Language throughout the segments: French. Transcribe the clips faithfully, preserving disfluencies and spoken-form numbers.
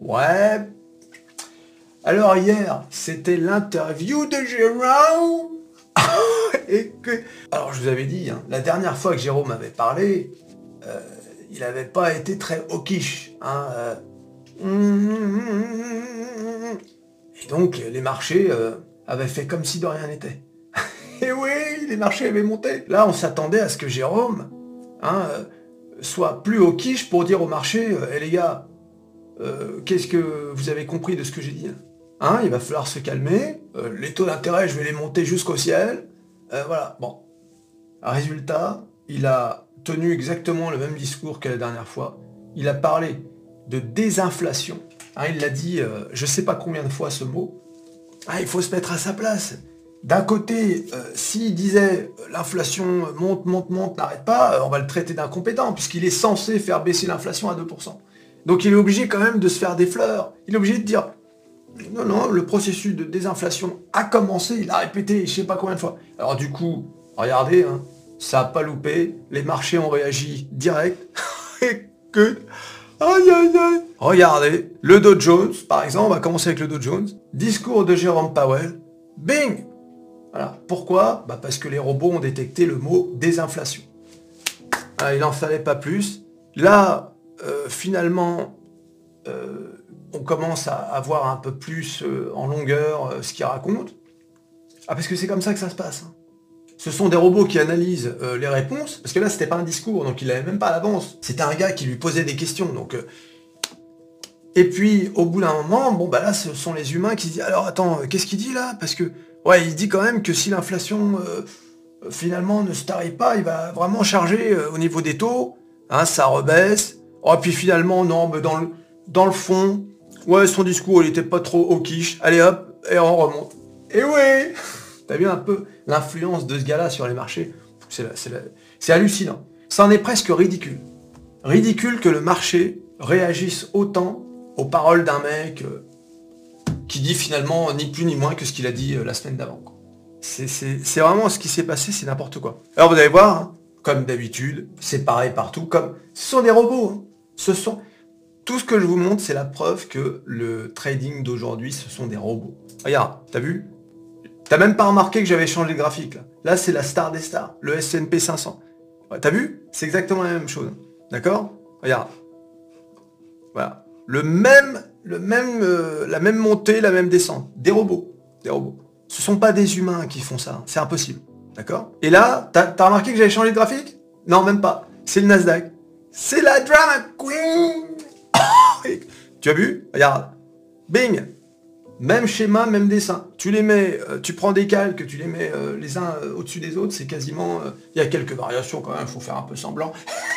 Ouais. Alors hier, c'était l'interview de Jérôme. Et que... Alors je vous avais dit, hein, la dernière fois que Jérôme avait parlé, euh, il n'avait pas été très hawkish. Hein, euh... Et donc les marchés euh, avaient fait comme si de rien n'était. Et oui, les marchés avaient monté. Là, on s'attendait à ce que Jérôme hein, euh, soit plus hawkish pour dire au marché, euh, hey, les gars, euh, qu'est-ce que vous avez compris de ce que j'ai dit hein, il va falloir se calmer, euh, les taux d'intérêt, je vais les monter jusqu'au ciel. Euh, voilà, bon. Résultat, il a tenu exactement le même discours que la dernière fois. Il a parlé de désinflation. Hein, il l'a dit, euh, je ne sais pas combien de fois ce mot. Ah, il faut se mettre à sa place. D'un côté, euh, s'il disait euh, l'inflation monte, monte, monte, n'arrête pas, euh, on va le traiter d'incompétent, puisqu'il est censé faire baisser l'inflation à deux pour cent. Donc il est obligé quand même de se faire des fleurs. Il est obligé de dire, non, non, le processus de désinflation a commencé, il a répété je sais pas combien de fois. Alors du coup, regardez, hein, ça n'a pas loupé, les marchés ont réagi direct, et que... Aïe aïe aïe. Regardez, le Dow Jones, par exemple, on va commencer avec le Dow Jones, discours de Jérôme Powell, bing. Voilà, pourquoi bah parce que les robots ont détecté le mot désinflation. Ah, il n'en fallait pas plus. Là, euh, finalement... Euh, on commence à avoir un peu plus euh, en longueur euh, ce qu'il raconte. Ah, parce que c'est comme ça que ça se passe. Hein. Ce sont des robots qui analysent euh, les réponses, parce que là, c'était pas un discours, donc il n'avait même pas l'avance. C'était un gars qui lui posait des questions. Donc, euh... Et puis, au bout d'un moment, bon, bah là, ce sont les humains qui se disent, alors attends, euh, qu'est-ce qu'il dit là? Parce que, ouais, il dit quand même que si l'inflation, euh, euh, finalement, ne se tarit pas, il va vraiment charger euh, au niveau des taux, hein, ça rebaisse. Oh, puis finalement, non, mais dans le, dans le fond, ouais, son discours, il était pas trop hawkish. Allez hop, et on remonte. Et oui. T'as vu un peu l'influence de ce gars-là sur les marchés? C'est hallucinant. Ça en est presque ridicule. Ridicule que le marché réagisse autant aux paroles d'un mec euh, qui dit finalement ni plus ni moins que ce qu'il a dit euh, la semaine d'avant. C'est vraiment ce qui s'est passé, c'est n'importe quoi. Alors vous allez voir, hein, comme d'habitude, c'est pareil partout, comme... Ce sont des robots. Hein. Ce sont... Tout ce que je vous montre, c'est la preuve que le trading d'aujourd'hui, ce sont des robots. Regarde, t'as vu? T'as même pas remarqué que j'avais changé de graphique, là. Là, c'est la star des stars, le S and P cinq cents. Ouais, t'as vu? C'est exactement la même chose. D'accord? Regarde. Voilà. Le même, le même, euh, la même montée, la même descente. Des robots. Des robots. Ce sont pas des humains qui font ça. C'est impossible. D'accord? Et là, t'as t'as remarqué que j'avais changé de graphique? Non, même pas. C'est le Nasdaq. C'est la drama queen! Tu as vu? Regarde. Bing! Même schéma, même dessin. Tu les mets, euh, tu prends des calques, tu les mets euh, les uns euh, au-dessus des autres, c'est quasiment... Il euh, y a quelques variations quand même, il faut faire un peu semblant.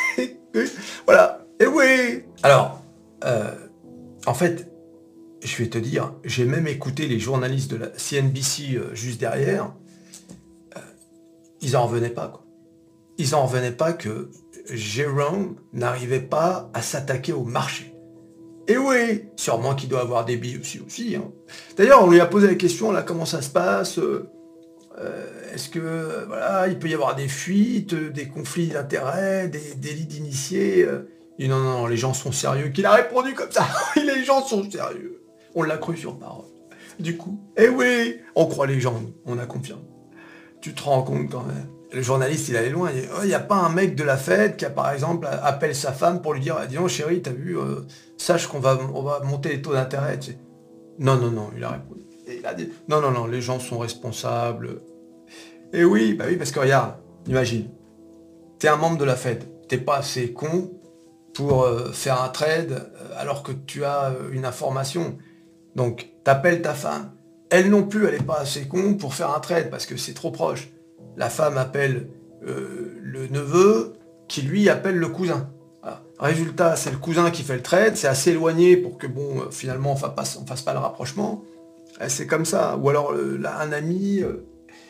Voilà. Et oui! Alors, euh, en fait, je vais te dire, j'ai même écouté les journalistes de la C N B C euh, juste derrière. Euh, ils en revenaient pas, quoi. Ils en revenaient pas que Jérôme n'arrivait pas à s'attaquer au marché. Et oui, sûrement qu'il doit avoir des billes aussi. aussi hein. D'ailleurs, on lui a posé la question, là, comment ça se passe euh, Est-ce que, euh, voilà, il peut y avoir des fuites, des conflits d'intérêts, des délits d'initiés euh, Et non, non, non, les gens sont sérieux. Qu'il a répondu comme ça. Les gens sont sérieux. On l'a cru sur parole. Du coup, eh oui, on croit les gens, on a confiance. Tu te rends compte quand même. Le journaliste, il allait loin. Il n'y oh, a pas un mec de la fête qui, a, par exemple, appelle sa femme pour lui dire, dis donc, chérie, t'as vu, euh, sache qu'on va, on va monter les taux d'intérêt. Tu sais. Non, non, non, il a répondu. Il a dit, non, non, non, les gens sont responsables. Et oui, bah oui, parce que regarde, imagine, t'es un membre de la Fed, t'es pas assez con pour euh, faire un trade euh, alors que tu as euh, une information. Donc, t'appelles ta femme. Elle non plus, elle n'est pas assez con pour faire un trade parce que c'est trop proche. La femme appelle euh, le neveu qui lui appelle le cousin. Voilà. Résultat, c'est le cousin qui fait le trade, c'est assez éloigné pour que bon, euh, finalement, on ne fasse, fasse pas le rapprochement. Eh, c'est comme ça. Ou alors, euh, là, un ami euh,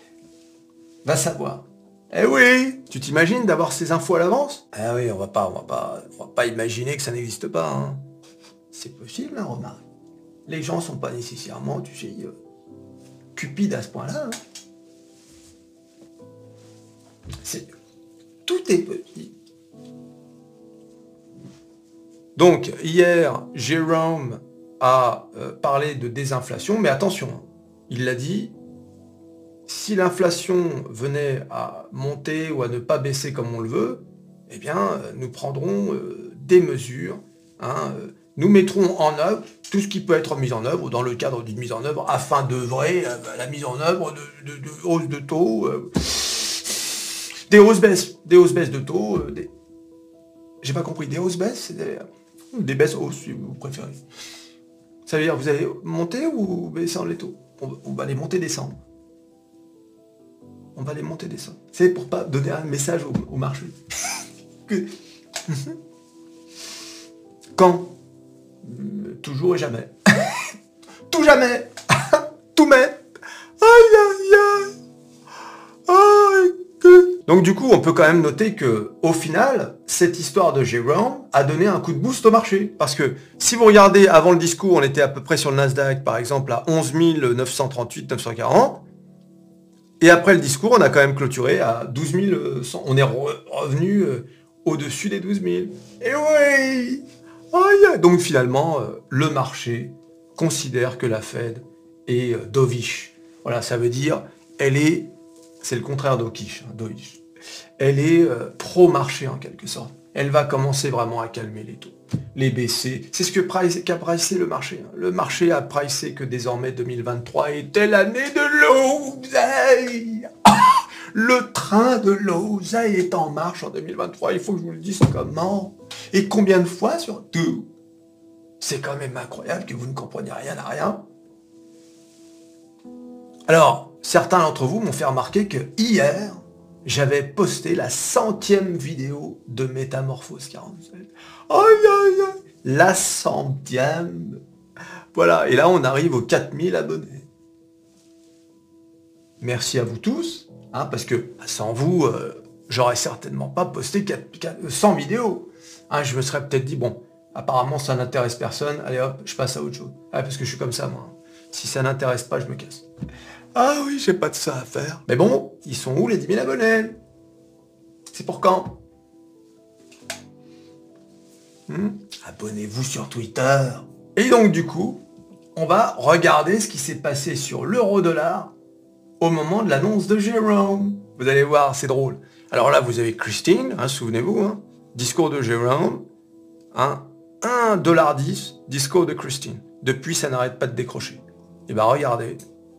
va savoir. Eh oui, tu t'imagines d'avoir ces infos à l'avance? Ah oui, on va pas, on va pas, on va pas imaginer que ça n'existe pas. Hein. C'est possible, hein, remarque. Les gens sont pas nécessairement, tu sais, euh, cupides à ce point-là. Hein. C'est... Tout est petit. Donc, hier, Jérôme à euh, parler de désinflation, mais attention, hein, il l'a dit, si l'inflation venait à monter ou à ne pas baisser comme on le veut, eh bien, euh, nous prendrons euh, des mesures, hein, euh, nous mettrons en œuvre tout ce qui peut être mis en œuvre, ou dans le cadre d'une mise en œuvre, afin d'œuvrer à la mise en œuvre de, de, de hausses de taux, euh, des hausses-baisses, des hausses-baisses de taux, euh, des... j'ai pas compris, des hausses-baisses, c'est des, des baisses-hausses, si vous préférez. Ça veut dire, vous allez monter ou baisser les taux? on, on va les monter, descendre. On va les monter, descendre. C'est pour pas donner un message au, au marché. que... Quand? Toujours et jamais. Tout jamais. Tout mais. Aïe aïe aïe. Aïe. Que... Donc du coup, on peut quand même noter que, au final, cette histoire de Jérôme a donné un coup de boost au marché. Parce que si vous regardez avant le discours, on était à peu près sur le Nasdaq, par exemple, à onze mille neuf cent trente-huit, neuf cent quarante. Et après le discours, on a quand même clôturé à douze mille cent. On est re revenu euh, au-dessus des douze mille. Et oui. Aïe. Donc finalement, euh, le marché considère que la Fed est euh, dovish. Voilà, ça veut dire, elle est, c'est le contraire d'hawkish, hein, dovish. Elle est euh, pro-marché en quelque sorte. Elle va commencer vraiment à calmer les taux, les baisser. C'est ce que price, qu'a pricé le marché. Hein. Le marché a pricé que désormais deux mille vingt-trois était l'année de l'oseille. Le train de l'oseille est en marche en deux mille vingt-trois. Il faut que je vous le dise comment. Et combien de fois surtout? C'est quand même incroyable que vous ne compreniez rien à rien. Alors, certains d'entre vous m'ont fait remarquer que hier, j'avais posté la centième vidéo de Métamorphose quarante-sept. Aïe aïe aïe. La centième. Voilà, et là on arrive aux quatre mille abonnés. Merci à vous tous, hein, parce que sans vous, euh, j'aurais certainement pas posté cent vidéos. Hein, je me serais peut-être dit, bon, apparemment ça n'intéresse personne, allez hop, je passe à autre chose. Ah, parce que je suis comme ça, moi. Si ça n'intéresse pas, je me casse. Ah oui, j'ai pas de ça à faire. Mais bon, ils sont où les dix mille abonnés? C'est pour quand? hmm Abonnez-vous sur Twitter. Et donc du coup, on va regarder ce qui s'est passé sur l'euro-dollar au moment de l'annonce de Jérôme. Vous allez voir, c'est drôle. Alors là, vous avez Christine, hein, souvenez-vous, hein, discours de Jérôme, hein, un dollar dix, discours de Christine. Depuis, ça n'arrête pas de décrocher. Et ben regardez.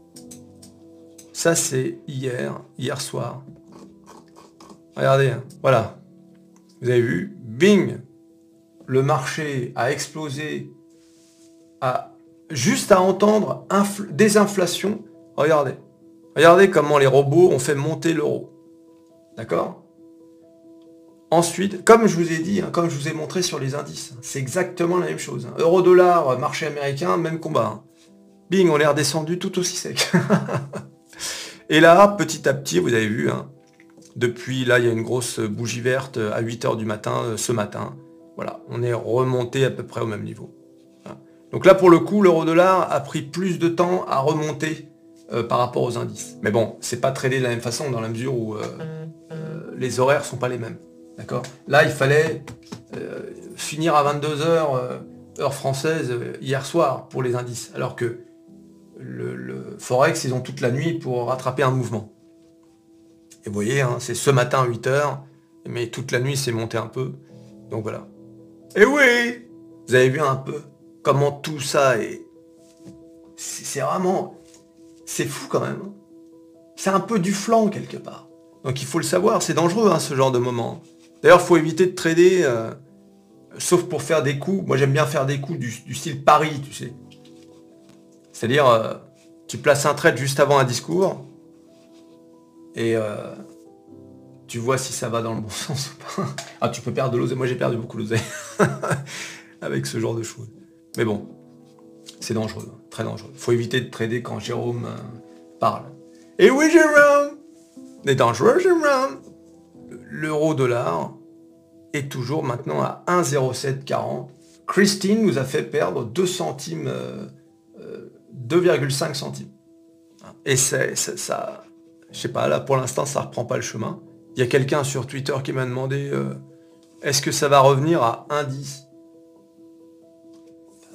Ça, c'est hier, hier soir. Regardez, hein, voilà. Vous avez vu, bing, le marché a explosé à, juste à entendre désinflation. Regardez. Regardez comment les robots ont fait monter l'euro. D'accord? Ensuite, comme je vous ai dit, hein, comme je vous ai montré sur les indices, hein, c'est exactement la même chose. Hein. Euro-dollar, marché américain, même combat. Hein. Bing, on est redescendu tout aussi sec. Et là, petit à petit, vous avez vu, hein, depuis là, il y a une grosse bougie verte à huit heures du matin, euh, ce matin. Voilà, on est remonté à peu près au même niveau. Voilà. Donc là, pour le coup, l'euro-dollar a pris plus de temps à remonter euh, par rapport aux indices. Mais bon, c'est pas tradé de la même façon dans la mesure où euh, euh, les horaires sont pas les mêmes. D'accord? Là, il fallait euh, finir à vingt-deux heures, euh, heure française, euh, hier soir, pour les indices. Alors que le, le Forex, ils ont toute la nuit pour rattraper un mouvement. Et vous voyez, hein, c'est ce matin à huit heures, mais toute la nuit, c'est monté un peu. Donc voilà. Et oui, vous avez vu un peu comment tout ça est... C'est vraiment... C'est fou quand même. C'est un peu du flanc quelque part. Donc il faut le savoir, c'est dangereux hein, ce genre de moment. D'ailleurs, il faut éviter de trader, euh, sauf pour faire des coups. Moi j'aime bien faire des coups du, du style pari, tu sais. C'est-à-dire, euh, tu places un trade juste avant un discours, et euh, tu vois si ça va dans le bon sens ou pas. Ah, tu peux perdre de l'oseille. Moi j'ai perdu beaucoup d'oseille avec ce genre de choses. Mais bon, c'est dangereux, très dangereux. Il faut éviter de trader quand Jérôme euh, parle. Et oui Jérôme, c'est dangereux Jérôme. L'euro-dollar est toujours maintenant à un virgule zéro sept quarante. Christine nous a fait perdre deux centimes, euh, euh, deux virgule cinq centimes. Et c'est ça, je sais pas, là pour l'instant ça reprend pas le chemin. Il y a quelqu'un sur Twitter qui m'a demandé euh, est-ce que ça va revenir à un virgule dix?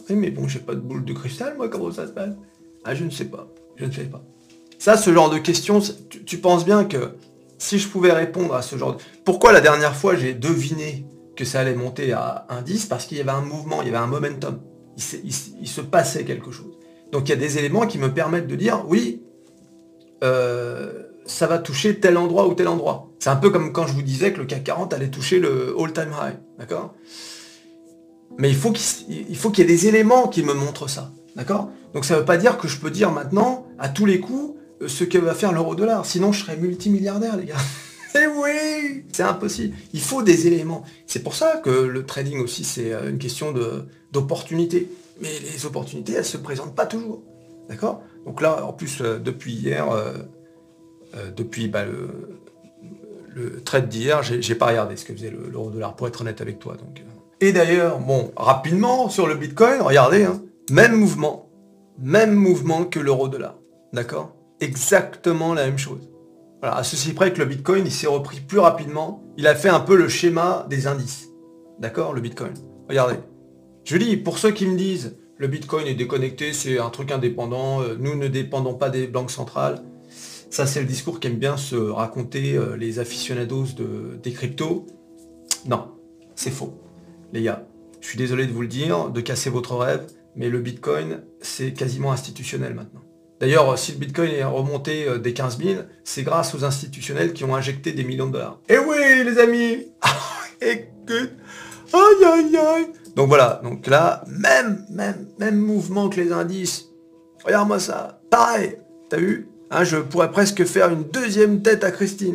Oui, mais bon, j'ai pas de boule de cristal, moi, comment ça se passe? Ah, je ne sais pas. Je ne sais pas. Ça, ce genre de questions, tu, tu penses bien que si je pouvais répondre à ce genre de... Pourquoi la dernière fois, j'ai deviné que ça allait monter à un dix? Parce qu'il y avait un mouvement, il y avait un momentum. Il, il, il se passait quelque chose. Donc, il y a des éléments qui me permettent de dire, oui, euh, ça va toucher tel endroit ou tel endroit. C'est un peu comme quand je vous disais que le C A C quarante allait toucher le all-time high. D'accord? Mais il faut qu'il il faut qu'il y ait des éléments qui me montrent ça. D'accord? Donc ça ne veut pas dire que je peux dire maintenant, à tous les coups, ce que va faire l'euro-dollar. Sinon, je serais multimilliardaire, les gars. Eh oui! C'est impossible. Il faut des éléments. C'est pour ça que le trading aussi, c'est une question de, d'opportunité. Mais les opportunités, elles ne se présentent pas toujours. D'accord? Donc là, en plus, euh, depuis hier, euh, euh, depuis bah, le, le trade d'hier, j'ai, j'ai pas regardé ce que faisait le, l'euro-dollar, pour être honnête avec toi. Donc, euh. Et d'ailleurs, bon, rapidement, sur le Bitcoin, regardez, hein, même mouvement. Même mouvement que l'euro-dollar. D'accord? Exactement la même chose. Voilà, à ceci près que le Bitcoin, il s'est repris plus rapidement. Il a fait un peu le schéma des indices. D'accord, le Bitcoin. Regardez. Je dis, pour ceux qui me disent, le Bitcoin est déconnecté, c'est un truc indépendant, euh, nous ne dépendons pas des banques centrales. Ça, c'est le discours qu'aiment bien se raconter euh, les aficionados de, des cryptos. Non, c'est faux. Les gars, je suis désolé de vous le dire, de casser votre rêve, mais le Bitcoin, c'est quasiment institutionnel maintenant. D'ailleurs, si le Bitcoin est remonté des quinze mille, c'est grâce aux institutionnels qui ont injecté des millions de dollars. Eh oui, les amis. Écoute. Aïe, aïe, aïe. Donc voilà, donc là, même, même, même mouvement que les indices. Regarde-moi ça. Pareil. T'as vu, hein, je pourrais presque faire une deuxième tête à Christine.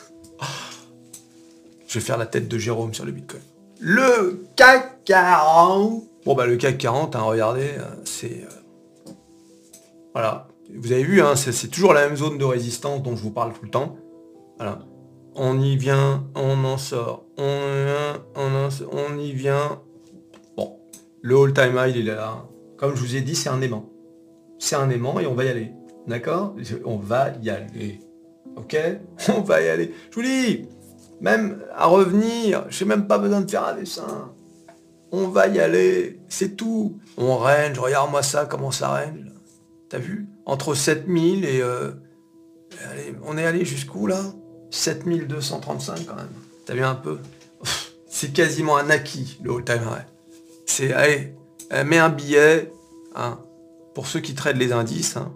Je vais faire la tête de Jérôme sur le Bitcoin. Le C A C quarante. Bon bah le C A C quarante, hein, regardez, c'est... Euh, voilà. Vous avez vu, hein, c'est, c'est toujours la même zone de résistance dont je vous parle tout le temps. Voilà. On y vient, on en sort. On y vient, on, en sort, on y vient. Bon, le all-time high, il est là. Comme je vous ai dit, c'est un aimant. C'est un aimant et on va y aller. D'accord? On va y aller. Ok? On va y aller. Je vous dis, même à revenir, j'ai même pas besoin de faire un dessin. On va y aller. C'est tout. On range. Regarde-moi ça, comment ça range. T'as vu? Entre sept mille et... Euh, allez, on est allé jusqu'où là? sept mille deux cent trente-cinq quand même. T'as vu un peu? C'est quasiment un acquis, le all-time high. C'est, allez, mets un billet, hein, pour ceux qui tradent les indices, hein,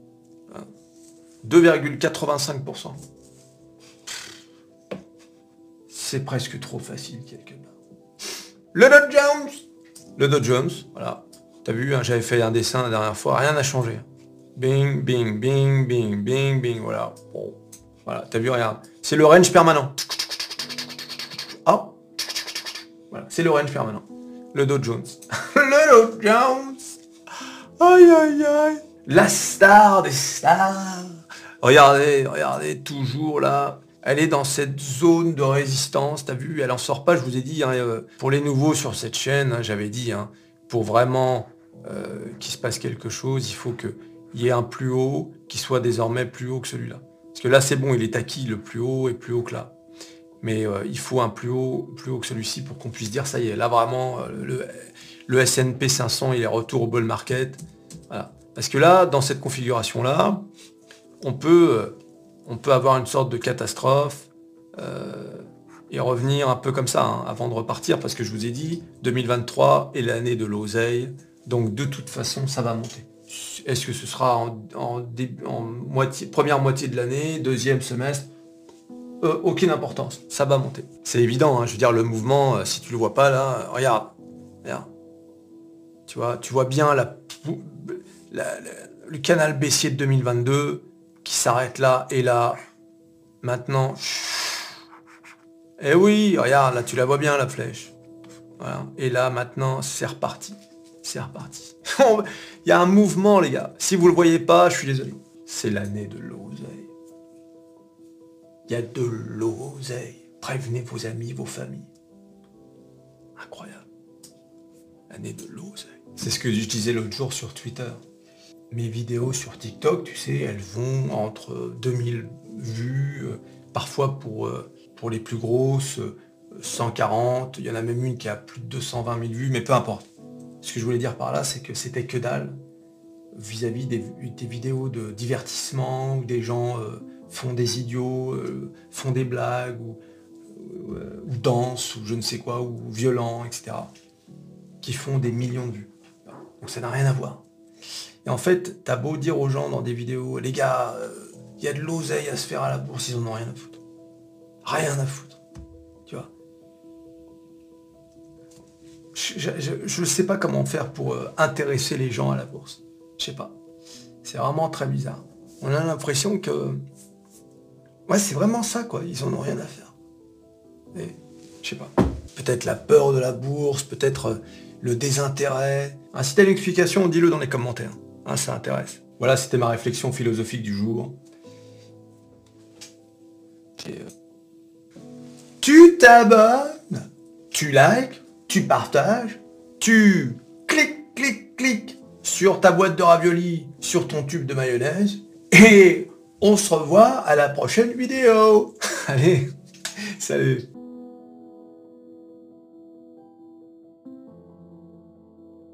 deux virgule quatre-vingt-cinq pour cent. C'est presque trop facile quelque part. Le Dow Jones! Le Dow Jones, voilà. T'as vu, hein, j'avais fait un dessin la dernière fois, rien n'a changé. Bing, bing, bing, bing, bing, bing, voilà. Bon, voilà, t'as vu, regarde. C'est le range permanent. Ah, voilà, c'est le range permanent. Le Dow Jones. Le Dow Jones. Aïe, aïe, aïe. La star des stars. Regardez, regardez, toujours là. Elle est dans cette zone de résistance, t'as vu, elle en sort pas, je vous ai dit, hein, euh, pour les nouveaux sur cette chaîne, hein, j'avais dit, hein, pour vraiment euh, qu'il se passe quelque chose, il faut qu'il y ait un plus haut qui soit désormais plus haut que celui-là. Parce que là, c'est bon, il est acquis, le plus haut est plus haut que là. Mais euh, il faut un plus haut, plus haut que celui-ci pour qu'on puisse dire, ça y est, là vraiment, euh, le, le S and P cinq cents, il est retour au bull market. Voilà. Parce que là, dans cette configuration-là, on peut, euh, on peut avoir une sorte de catastrophe euh, et revenir un peu comme ça, hein, avant de repartir, parce que je vous ai dit, deux mille vingt-trois est l'année de l'oseille, donc de toute façon, ça va monter. Est-ce que ce sera en, en, début, en moitié, première moitié de l'année, deuxième semestre? euh, Aucune importance, ça va monter. C'est évident, hein, je veux dire, le mouvement, euh, si tu le vois pas là, euh, regarde, regarde. Tu vois, tu vois bien la, la, la, le canal baissier de deux mille vingt-deux qui s'arrête là et là. Maintenant, et oui, regarde, là tu la vois bien la flèche. Voilà. Et là maintenant, c'est reparti. C'est reparti. Il y a un mouvement, les gars. Si vous le voyez pas, je suis désolé. C'est l'année de l'oseille. Il y a de l'oseille. Prévenez vos amis, vos familles. Incroyable. L'année de l'oseille. C'est ce que je disais l'autre jour sur Twitter. Mes vidéos sur TikTok, tu sais, elles vont entre deux mille vues, euh, parfois pour, euh, pour les plus grosses, euh, cent quarante. Il y en a même une qui a plus de deux cent vingt mille vues, mais peu importe. Ce que je voulais dire par là, c'est que c'était que dalle vis-à-vis des, des vidéos de divertissement où des gens euh, font des idiots, euh, font des blagues, ou, ou, euh, ou dansent, ou je ne sais quoi, ou violents, et cetera. Qui font des millions de vues. Donc ça n'a rien à voir. Et en fait, t'as beau dire aux gens dans des vidéos, les gars, il euh, y a de l'oseille à se faire à la bourse, ils en ont rien à foutre. Rien à foutre. Tu vois. Je ne sais pas comment faire pour euh, intéresser les gens à la bourse. Je sais pas. C'est vraiment très bizarre. On a l'impression que... Ouais, c'est vraiment ça, quoi. Ils en ont rien à faire. Et, je sais pas. Peut-être la peur de la bourse, peut-être euh, le désintérêt. Ah, si t'as une explication, dis-le dans les commentaires. Hein, ça intéresse. Voilà, c'était ma réflexion philosophique du jour. Et, euh... Tu t'abonnes, tu likes, tu partages, tu cliques, cliques, cliques sur ta boîte de raviolis, sur ton tube de mayonnaise, et on se revoit à la prochaine vidéo. Allez, salut.